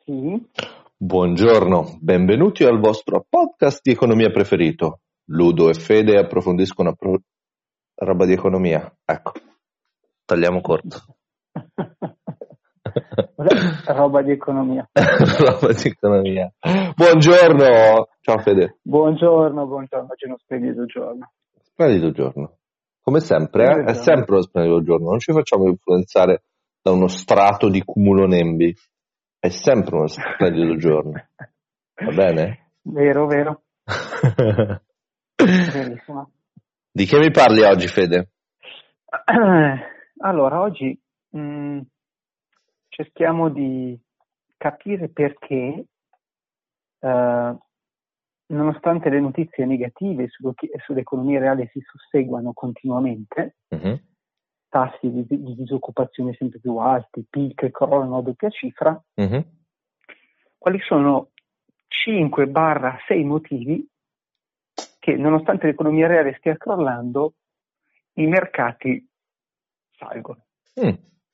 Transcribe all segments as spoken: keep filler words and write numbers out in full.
Sì. Buongiorno, benvenuti al vostro podcast di economia preferito. Ludo e Fede approfondiscono pro- roba di economia. Ecco, tagliamo corto. Roba di economia. Roba di economia. Buongiorno, ciao Fede. Buongiorno, buongiorno, oggi è uno splendido giorno. Splendido giorno. Come sempre, eh? Splendido È giorno. sempre uno splendido giorno. Non ci facciamo influenzare da uno strato di cumulonembi. È sempre uno splendido giorno. Va bene? Vero, vero, verissimo. Di che mi parli oggi, Fede? Allora, oggi mh, cerchiamo di capire perché, eh, nonostante le notizie negative su- sull'economia reale si susseguano continuamente, Mhm. tassi di, di disoccupazione sempre più alti, P I L che crollano a doppia cifra, Mhm. quali sono cinque sei motivi che, nonostante l'economia reale stia crollando, i mercati salgono. Mm.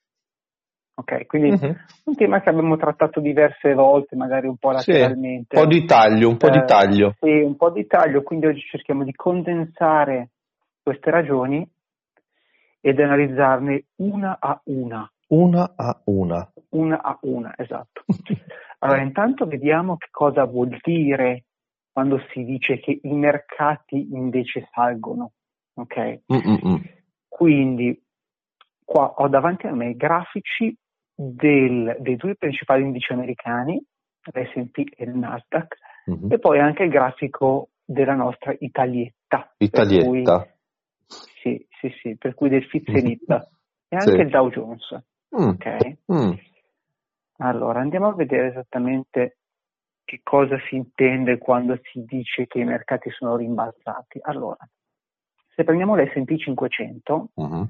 Ok, quindi Mhm. un tema che abbiamo trattato diverse volte, magari un po' Sì, lateralmente. un po' di taglio, un po' di Eh, taglio. Sì, un po' di taglio, quindi oggi cerchiamo di condensare queste ragioni ed analizzarne una a una. Una a una. Una a una, esatto. Allora, intanto vediamo che cosa vuol dire quando si dice che i mercati invece salgono, ok? Mm-mm-mm. Quindi, qua ho davanti a me i grafici del, dei due principali indici americani, l'S and P e il Nasdaq, Mhm. e poi anche il grafico della nostra Italietta. Italietta. Per cui, sì, sì, sì, per cui del Fitz e Lippa. E Sì. anche il Dow Jones, Mm. ok? Mm. Allora, andiamo a vedere esattamente che cosa si intende quando si dice che i mercati sono rimbalzati. Allora, se prendiamo l'S and P cinquecento, Mhm.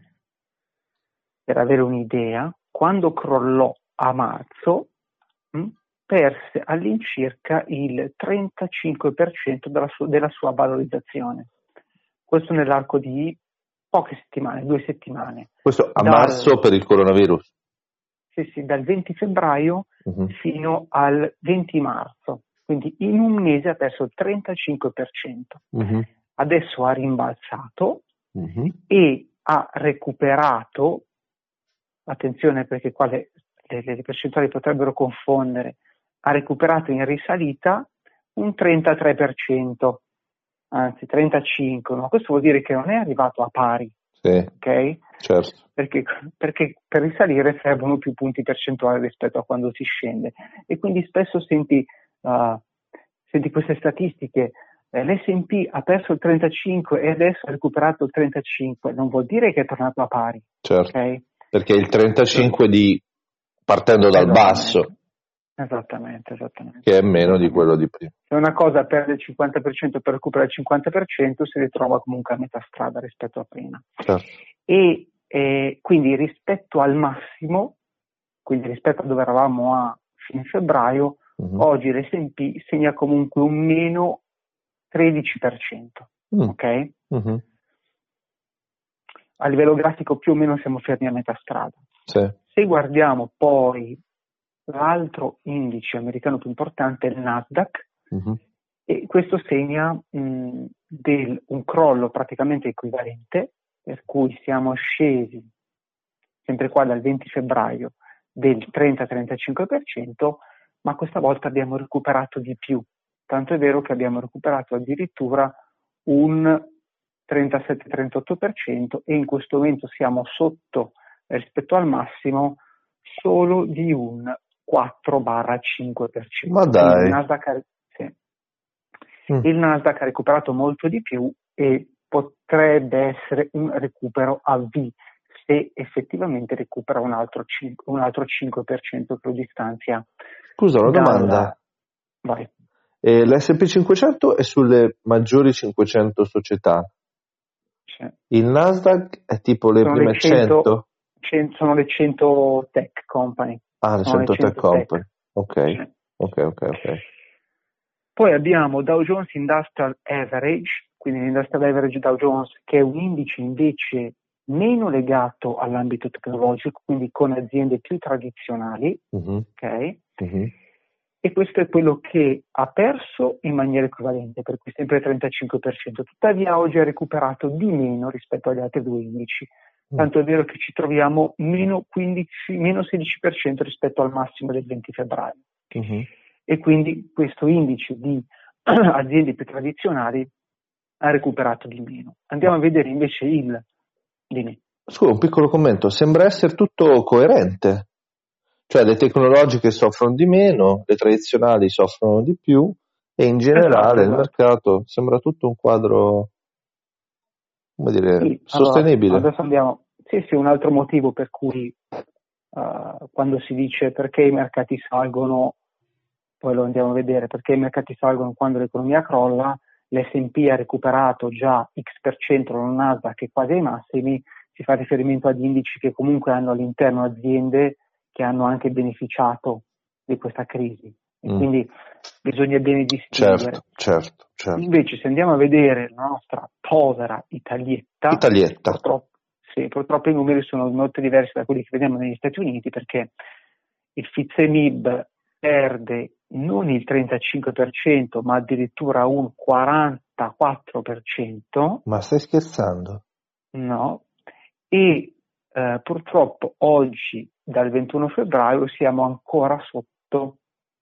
per avere un'idea, quando crollò a marzo, mh, perse all'incirca il trentacinque per cento della, su- della sua valorizzazione. Questo nell'arco di poche settimane, due settimane. Questo a Dal- marzo per il coronavirus. Sì, sì, dal venti febbraio Mhm. fino al venti marzo, quindi in un mese ha perso il trentacinque per cento. Mhm. Adesso ha rimbalzato Mhm. e ha recuperato, attenzione perché qua le, le, le percentuali potrebbero confondere, ha recuperato in risalita un trentatré per cento, anzi trentacinque per cento, no? Questo vuol dire che non è arrivato a pari, Sì, ok? certo. Perché, perché per risalire servono più punti percentuali rispetto a quando si scende, e quindi spesso senti, uh, senti queste statistiche, eh, l'S and P ha perso il trentacinque e adesso ha recuperato il trentacinque, non vuol dire che è tornato a pari, Certo. ok? Perché il trentacinque di partendo dal basso, Esattamente, esattamente. che è meno di esattamente. quello di prima. Se una cosa perde il cinquanta per cento per recuperare il cinquanta per cento, si ritrova comunque a metà strada rispetto a prima. Certo. E eh, quindi rispetto al massimo, quindi rispetto a dove eravamo a fine febbraio, Mhm. oggi l'S and P segna comunque un meno tredici per cento. Mm. Ok? Mhm. A livello grafico più o meno siamo fermi a metà strada. Sì. Se guardiamo poi l'altro indice americano più importante è il Nasdaq, Mhm. e questo segna mh, del, un crollo praticamente equivalente, per cui siamo scesi sempre qua dal venti febbraio del trenta trentacinque per cento, ma questa volta abbiamo recuperato di più, tanto è vero che abbiamo recuperato addirittura un trentasette trentotto per cento, e in questo momento siamo sotto rispetto al massimo solo di un quattro cinque per cento. Ma dai. Quindi il Nasdaq, ha, sì. Mm. il Nasdaq ha recuperato molto di più e potrebbe essere un recupero a V, se effettivamente recupera un altro, cinque, un altro cinque per cento che lo distanzia. Scusa, una dalla... domanda. Vai. Eh, L'S and P cinquecento è sulle maggiori cinquecento società. Sì. Il Nasdaq è tipo le Sono prime le cento, cento? cento sono le cento tech company. Ah, le Sono le cento tech cento company. tech. Ok, Sì. ok, ok, ok. Poi abbiamo Dow Jones Industrial Average, quindi l'Industrial Average Dow Jones, che è un indice invece meno legato all'ambito tecnologico, quindi con aziende più tradizionali, Mhm. ok? Mhm. e questo è quello che ha perso in maniera equivalente, per cui sempre il trentacinque per cento. Tuttavia oggi ha recuperato di meno rispetto agli altri due indici, tanto è vero che ci troviamo meno quindici, meno sedici per cento rispetto al massimo del venti febbraio. Uh-huh. E quindi questo indice di aziende più tradizionali ha recuperato di meno. Andiamo a vedere invece il... Dimmi. Scusa, un piccolo commento. Sembra essere tutto coerente. Cioè le tecnologiche soffrono di meno, le tradizionali soffrono di più e in generale esatto, il esatto. mercato sembra tutto un quadro, come dire, sì, sostenibile. Allora, adesso andiamo. Sì, sì, un altro motivo per cui uh, quando si dice perché i mercati salgono, poi lo andiamo a vedere, perché i mercati salgono quando l'economia crolla, l'esse and pi ha recuperato già X per cento, la Nasdaq è quasi ai massimi, si fa riferimento ad indici che comunque hanno all'interno aziende che hanno anche beneficiato di questa crisi e Mm. quindi bisogna bene distinguere. Certo, certo, certo. Invece se andiamo a vedere la nostra povera Italietta, Italietta. Purtroppo, sì, purtroppo i numeri sono molto diversi da quelli che vediamo negli Stati Uniti, perché il F T S E M I B perde non il trentacinque per cento ma addirittura un quarantaquattro per cento. Ma stai scherzando? No, e eh, purtroppo oggi dal ventuno febbraio siamo ancora sotto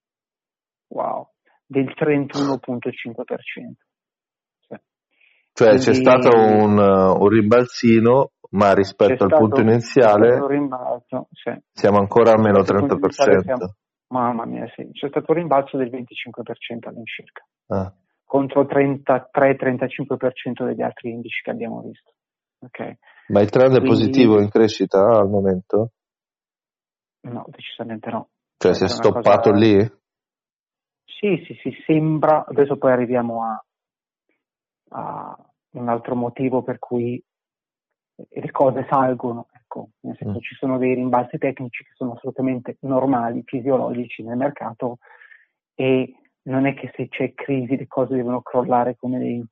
wow, del trentuno virgola cinque per cento. Sì. Cioè Quindi, c'è stato un, un ribalzino, ma rispetto al punto iniziale un rimbalzo, sì. siamo ancora a meno Rispetto al trenta punto per iniziale cento. siamo, mamma mia, sì, c'è stato un rimbalzo del venticinque per cento all'incirca, Ah. contro trentatré trentacinque per cento degli altri indici che abbiamo visto. Okay. Ma il trend Quindi, è positivo in crescita al momento? No, decisamente no. Cioè Eh, si è c'è una stoppato cosa... lì? Sì, sì, sì, sembra, adesso poi arriviamo a, a un altro motivo per cui le cose salgono, ecco, nel senso Mm. ci sono dei rimbalzi tecnici che sono assolutamente normali, fisiologici nel mercato e non è che se c'è crisi le cose devono crollare come dei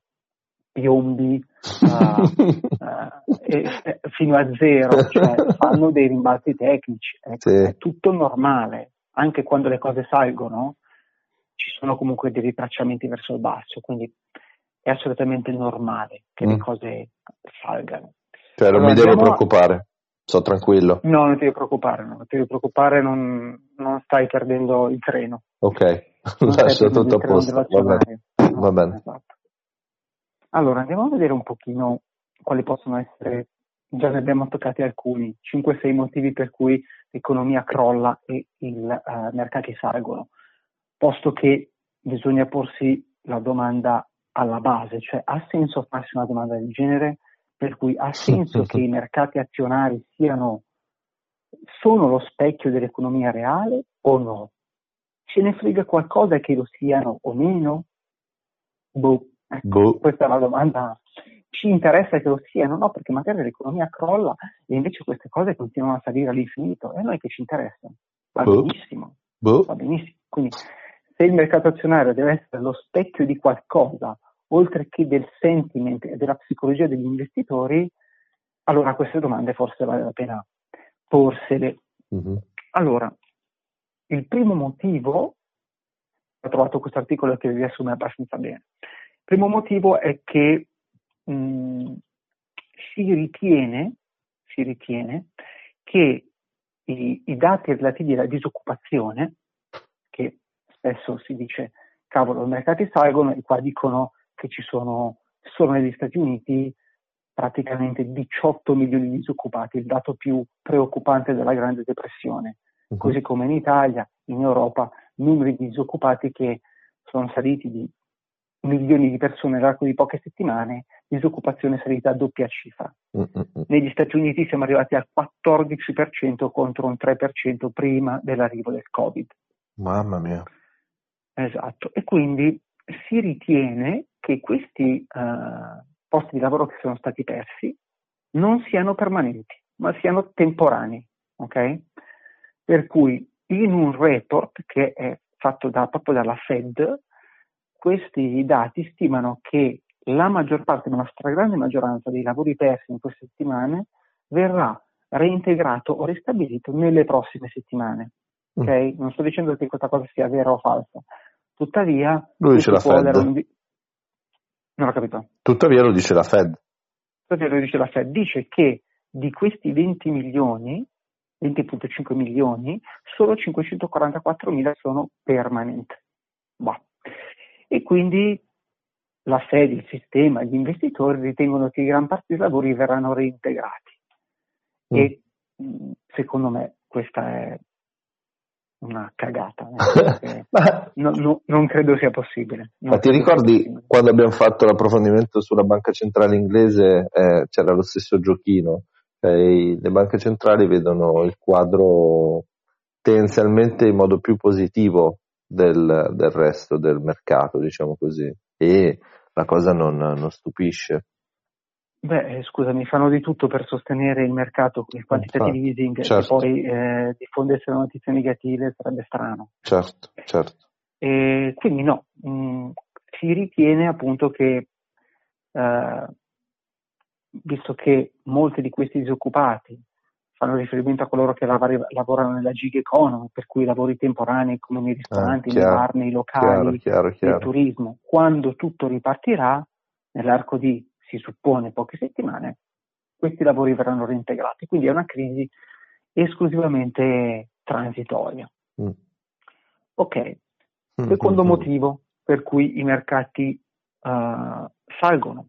piombi uh, uh, e, e, fino a zero, cioè fanno dei rimbalzi tecnici, ecco, Sì. è tutto normale, anche quando le cose salgono ci sono comunque dei ritracciamenti verso il basso, quindi è assolutamente normale che Mm. le cose salgano. Cioè non Allora, mi devo andiamo a... preoccupare, sto tranquillo. No, non ti devi preoccupare, no, non ti devi preoccupare, non, non stai perdendo il treno. Ok, Non stai lascio perdendo tutto il a treno posto, va bene. dell'azionario. No, Va bene. esatto. Allora, andiamo a vedere un pochino quali possono essere, già ne abbiamo toccati alcuni, cinque sei motivi per cui l'economia crolla e i uh, mercati salgono, posto che bisogna porsi la domanda alla base, cioè ha senso farsi una domanda del genere? Per cui ha senso che i mercati azionari siano, sono lo specchio dell'economia reale o no? Ce ne frega qualcosa che lo siano o meno? Boh, ecco, Boh. questa è la domanda. Ci interessa che lo siano, no? Perché magari l'economia crolla e invece queste cose continuano a salire all'infinito e a noi che ci interessano? Va Boh. benissimo, Boh. va benissimo. Quindi se il mercato azionario deve essere lo specchio di qualcosa, oltre che del sentiment e della psicologia degli investitori, allora queste domande forse vale la pena porsele. Mm-hmm. Allora, il primo motivo, ho trovato questo articolo che riassume abbastanza bene, il primo motivo è che mh, si ritiene, si ritiene che i, i dati relativi alla disoccupazione, che spesso si dice, cavolo, i mercati salgono e qua dicono che ci sono, solo negli Stati Uniti, praticamente diciotto milioni di disoccupati, il dato più preoccupante della Grande Depressione, uh-huh. Così come in Italia, in Europa, numeri di disoccupati che sono saliti di milioni di persone nell'arco di poche settimane, disoccupazione salita a doppia cifra. Uh-huh. Negli Stati Uniti siamo arrivati al quattordici per cento contro un tre per cento prima dell'arrivo del Covid. Mamma mia. Esatto, e quindi si ritiene che questi uh, posti di lavoro che sono stati persi non siano permanenti, ma siano temporanei, ok? Per cui in un report che è fatto da, proprio dalla Fed, questi dati stimano che la maggior parte, una stragrande maggioranza dei lavori persi in queste settimane verrà reintegrato o ristabilito nelle prossime settimane. ok? Mm. Non sto dicendo che questa cosa sia vera o falsa, tuttavia lui dice la Fed. Un... non ho capito. Tuttavia lo dice la Fed. Tuttavia lo dice la Fed, dice che di questi venti milioni, venti virgola cinque milioni, solo cinquecentoquarantaquattromila sono permanent. Bah. E quindi la Fed, il sistema, gli investitori ritengono che gran parte dei lavori verranno reintegrati. Mm. E secondo me questa è una cagata. Ma, no, no, non credo sia possibile. Non ma ti ricordi quando abbiamo fatto l'approfondimento sulla banca centrale inglese, eh, c'era lo stesso giochino? Eh, le banche centrali vedono il quadro tendenzialmente in modo più positivo del, del resto del mercato, diciamo così, e la cosa non, non stupisce. Beh, scusami, fanno di tutto per sostenere il mercato con il quantitative easing, certo. E poi eh, diffondessero notizie negative sarebbe strano. Certo, certo. E quindi no, mh, si ritiene appunto che, eh, visto che molti di questi disoccupati fanno riferimento a coloro che lav- lavorano nella gig economy, per cui lavori temporanei come nei ristoranti, ah, nei bar, nei locali, chiaro, chiaro, chiaro. nel turismo, quando tutto ripartirà, nell'arco di, si suppone, poche settimane, questi lavori verranno reintegrati. Quindi è una crisi esclusivamente transitoria. Mm. Ok, mm, secondo mm, motivo per cui i mercati uh, salgono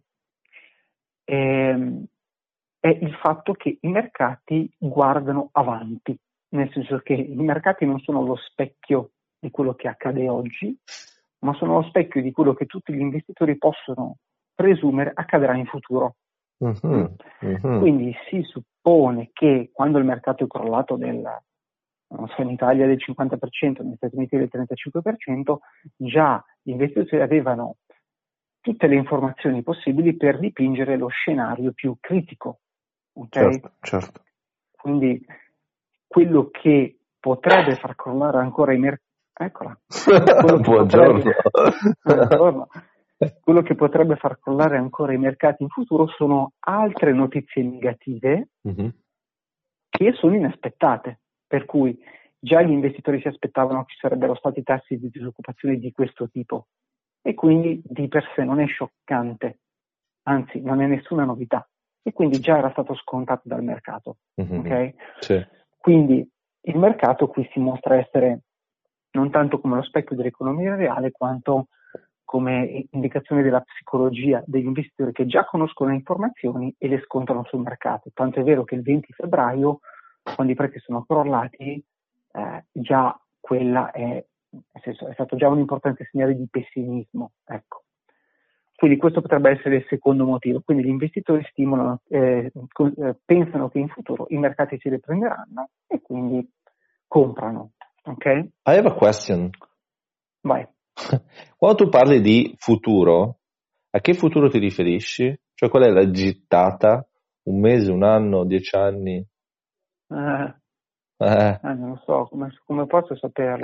è, è il fatto che i mercati guardano avanti, nel senso che i mercati non sono lo specchio di quello che accade oggi, ma sono lo specchio di quello che tutti gli investitori possono presumere accadrà in futuro. Mm-hmm. Mm-hmm. Quindi si suppone che quando il mercato è crollato del, non so, in Italia del cinquanta per cento, negli Stati Uniti del trentacinque per cento, già gli investitori avevano tutte le informazioni possibili per dipingere lo scenario più critico. Okay? Certo, certo. Quindi quello che potrebbe far crollare ancora i mercati, eccola, buongiorno. Potrebbe... quello che potrebbe far crollare ancora i mercati in futuro sono altre notizie negative mm-hmm. che sono inaspettate, per cui già gli investitori si aspettavano che ci sarebbero stati tassi di disoccupazione di questo tipo e quindi di per sé non è scioccante, anzi non è nessuna novità e quindi già era stato scontato dal mercato. Mm-hmm. Okay? Sì. Quindi il mercato qui si mostra essere non tanto come lo specchio dell'economia reale quanto come indicazione della psicologia degli investitori che già conoscono le informazioni e le scontano sul mercato. Tanto è vero che il venti febbraio, quando i prezzi sono crollati, eh, già quella è, nel senso, è stato già un importante segnale di pessimismo. Ecco. Quindi questo potrebbe essere il secondo motivo. Quindi gli investitori stimolano, eh, eh, pensano che in futuro i mercati si riprenderanno e quindi comprano. Ok? I have a question. Vai. Quando tu parli di futuro, a che futuro ti riferisci? Cioè qual è la gittata? Un mese, un anno, dieci anni? Eh, eh. eh, non lo so, come, come posso saperlo?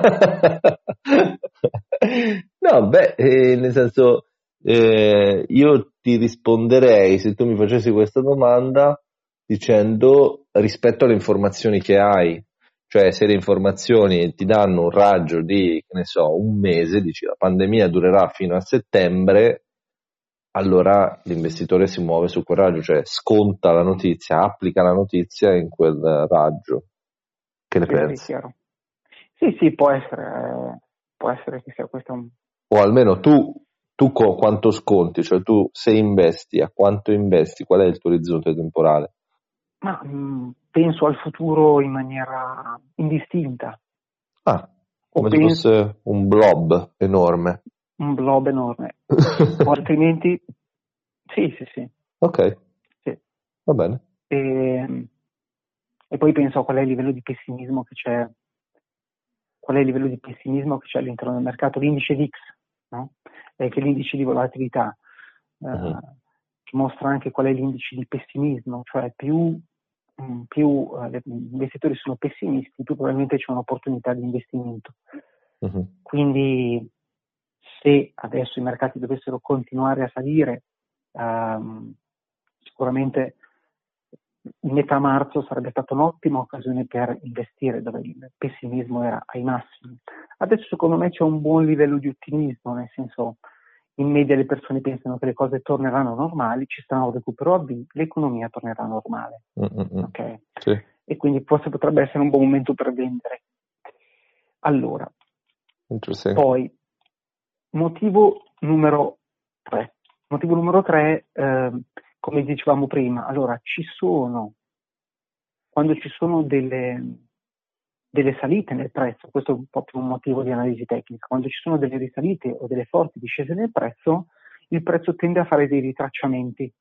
No, beh, eh, nel senso, eh, io ti risponderei se tu mi facessi questa domanda dicendo rispetto alle informazioni che hai. Cioè se le informazioni ti danno un raggio di, che ne so, un mese, dici la pandemia durerà fino a settembre, allora l'investitore si muove su quel raggio, cioè sconta la notizia, applica la notizia in quel raggio. Che ne sì, pensi? Sì, chiaro. Sì, sì, può essere, eh, può essere che sia questo un... O almeno tu, tu co- quanto sconti, cioè tu se investi, a quanto investi, qual è il tuo orizzonte temporale? Ma mh, penso al futuro in maniera indistinta. Ah, come o se penso... fosse un blob enorme. Un blob enorme. O altrimenti... Sì, sì, sì. Ok, sì. Va bene. E, e poi penso a qual è il livello di pessimismo che c'è, qual è il livello di pessimismo che c'è all'interno del mercato, l'indice V I X, no? È che l'indice di volatilità eh, uh-huh. mostra anche qual è l'indice di pessimismo, cioè più, mh, più eh, gli investitori sono pessimisti, più probabilmente c'è un'opportunità di investimento. Uh-huh. Quindi se adesso i mercati dovessero continuare a salire, ehm, sicuramente metà marzo sarebbe stata un'ottima occasione per investire, dove il pessimismo era ai massimi. Adesso secondo me c'è un buon livello di ottimismo, nel senso, in media le persone pensano che le cose torneranno normali, ci sarà un recupero a V, l'economia tornerà normale. Mm-mm. Okay? Sì. E quindi forse potrebbe essere un buon momento per vendere. Allora, poi, motivo numero tre. Motivo numero tre, eh, come dicevamo prima, allora ci sono, quando ci sono delle, delle salite nel prezzo, questo è un po' più un motivo di analisi tecnica, quando ci sono delle risalite o delle forti discese nel prezzo, il prezzo tende a fare dei ritracciamenti.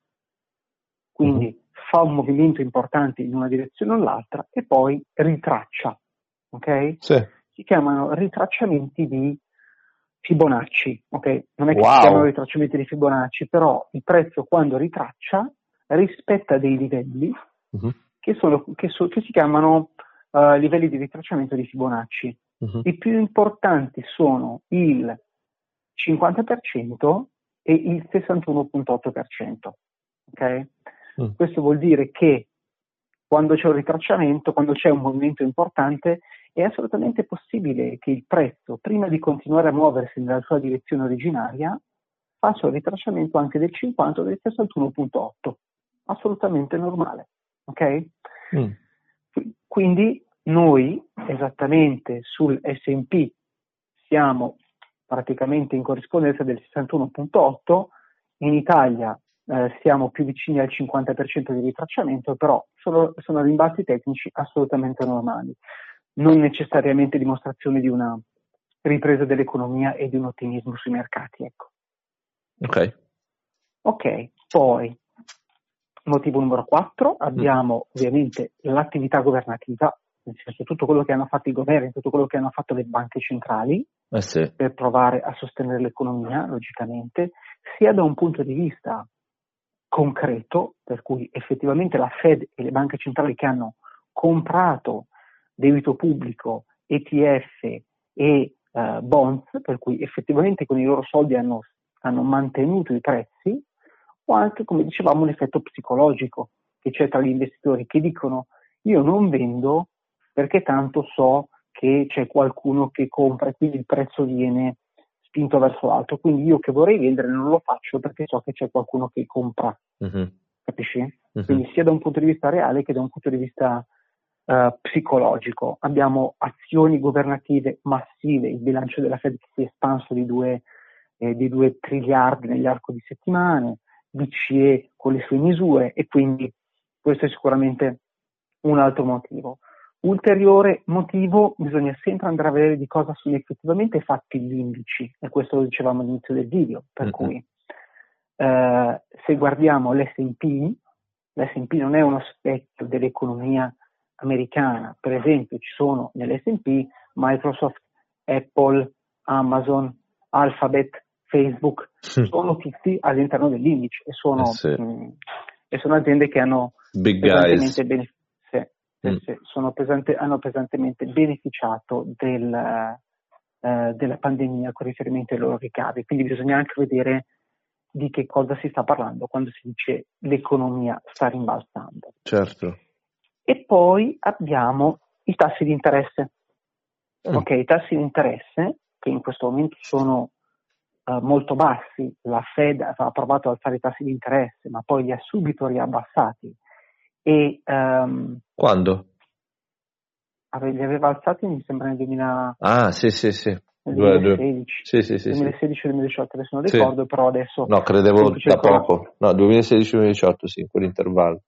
Quindi uh-huh. fa un movimento importante in una direzione o l'altra e poi ritraccia, ok? Sì. Si chiamano ritracciamenti di Fibonacci, ok? Non è che wow. si chiamano ritracciamenti di Fibonacci, però il prezzo quando ritraccia rispetta dei livelli uh-huh. che, sono, che, so, che si chiamano uh, livelli di ritracciamento di Fibonacci. Uh-huh. I più importanti sono il cinquanta per cento e il sessantuno virgola otto per cento, ok? Mm. Questo vuol dire che quando c'è un ritracciamento, quando c'è un movimento importante, è assolutamente possibile che il prezzo, prima di continuare a muoversi nella sua direzione originaria, faccia un ritracciamento anche del cinquanta o del sessantuno virgola otto. Assolutamente normale, ok? Mm. Quindi noi, esattamente sul S and P, siamo praticamente in corrispondenza del sessantuno virgola otto, in Italia eh, siamo più vicini al cinquanta per cento di ritracciamento, però sono, sono rimbalzi tecnici assolutamente normali, non necessariamente dimostrazione di una ripresa dell'economia e di un ottimismo sui mercati. Ecco. Ok. Ok, poi motivo numero quattro, abbiamo mm. ovviamente l'attività governativa, nel senso tutto quello che hanno fatto i governi, tutto quello che hanno fatto le banche centrali, eh sì. per provare a sostenere l'economia, logicamente, sia da un punto di vista concreto, per cui effettivamente la Fed e le banche centrali che hanno comprato debito pubblico, E T F e uh, bonds, per cui effettivamente con i loro soldi hanno, hanno mantenuto i prezzi, o anche, come dicevamo, un effetto psicologico che c'è tra gli investitori che dicono io non vendo perché tanto so che c'è qualcuno che compra e quindi il prezzo viene spinto verso l'alto, quindi io che vorrei vendere non lo faccio perché so che c'è qualcuno che compra, uh-huh. capisci? Uh-huh. Quindi sia da un punto di vista reale che da un punto di vista uh, psicologico. Abbiamo azioni governative massive, il bilancio della Fed che si è espanso di due, eh, di due triliardi nell'arco di settimane, B C E con le sue misure, e quindi questo è sicuramente un altro motivo. Ulteriore motivo, bisogna sempre andare a vedere di cosa sono effettivamente fatti gli indici, e questo lo dicevamo all'inizio del video, per mm-hmm. cui eh, se guardiamo l'S and P, l'S and P non è uno specchio dell'economia americana. Per esempio ci sono nell'S and P Microsoft, Apple, Amazon, Alphabet, Facebook, mm. sono tutti all'interno dell'indice e sono, eh sì. mh, e sono aziende che hanno Big pesantemente guys. beneficiato. Mm. Sono pesante, hanno pesantemente beneficiato del, eh, della pandemia con riferimento ai loro ricavi, quindi bisogna anche vedere di che cosa si sta parlando quando si dice l'economia sta rimbalzando. Certo. E poi abbiamo i tassi di interesse. Mm. Ok, i tassi di interesse che in questo momento sono uh, molto bassi, la Fed ha provato ad alzare i tassi di interesse ma poi li ha subito riabbassati. E, um, quando? Ave, li aveva alzati mi sembra nel duemila ah sì sì sì nel duemilasedici sì, sì, sì, duemilasedici duemiladiciotto adesso non ricordo, sì. Però adesso no credevo da ancora... poco no duemilasedici duemiladiciotto sì, quell'intervallo.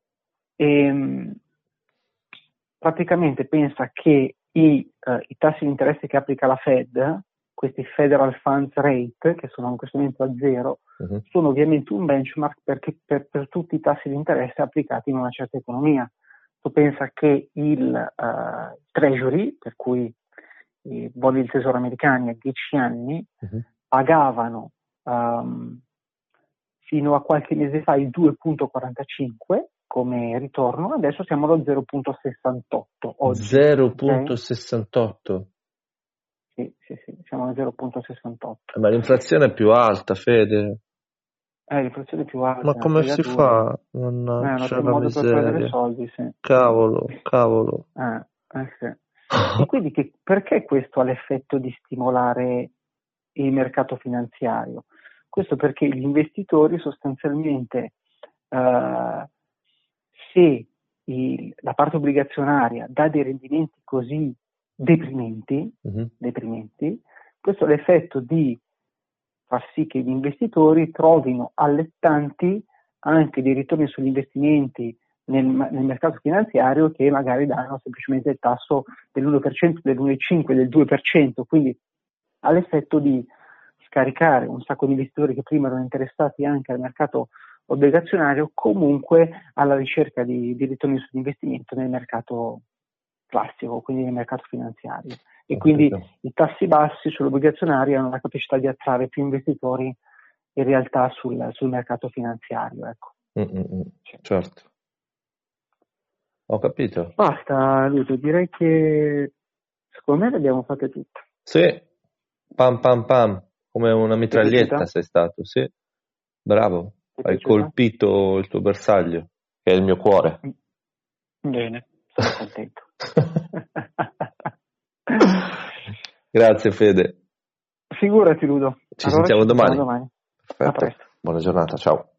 E, praticamente pensa che i, uh, i tassi di interesse che applica la Fed, questi Federal Funds Rate, che sono in questo momento a zero, uh-huh. sono ovviamente un benchmark perché, per, per tutti i tassi di interesse applicati in una certa economia. Tu pensa che il uh, Treasury, per cui i bond del tesoro americani a dieci anni, uh-huh. pagavano um, fino a qualche mese fa il due virgola quarantacinque come ritorno, adesso siamo allo zero virgola sessantotto. Oggi, zero virgola sessantotto? Okay? Sì, sì, sì, siamo allo zero virgola sessantotto. Ma l'inflazione è più alta, Fede? Eh, l'inflazione più alta, Ma come si fa? è un Mannaggia altro la modo per prendere miseria. soldi, sì. Cavolo, cavolo. Eh, eh, sì. E quindi che, perché questo ha l'effetto di stimolare il mercato finanziario? Questo perché gli investitori sostanzialmente, eh, se il, la parte obbligazionaria dà dei rendimenti così deprimenti, Mhm. deprimenti, questo ha l'effetto di far sì che gli investitori trovino allettanti anche dei ritorni sugli investimenti nel, nel mercato finanziario che magari danno semplicemente il tasso dell'uno per cento, dell'uno virgola cinque per cento, del due per cento, quindi ha l'effetto di scaricare un sacco di investitori che prima erano interessati anche al mercato obbligazionario comunque alla ricerca di, di ritorni sull'investimento nel mercato classico, quindi nel mercato finanziario. E Ho quindi capito. i tassi bassi sull'obbligazionario hanno la capacità di attrarre più investitori in realtà sul, sul mercato finanziario. Ecco. Mm-mm. Certo. Ho capito. Basta, Ludo, direi che secondo me le abbiamo fatte tutte. Sì, pam pam pam, come una Ti è mitraglietta piaciuta? sei stato, sì. Bravo, Ti è hai piaciuta? colpito il tuo bersaglio, che è il mio cuore. Bene, sono contento. Grazie Fede. Figurati, Ludo. Ci Allora sentiamo ci sentiamo domani. domani. A Perfetto. presto. Buona giornata, ciao.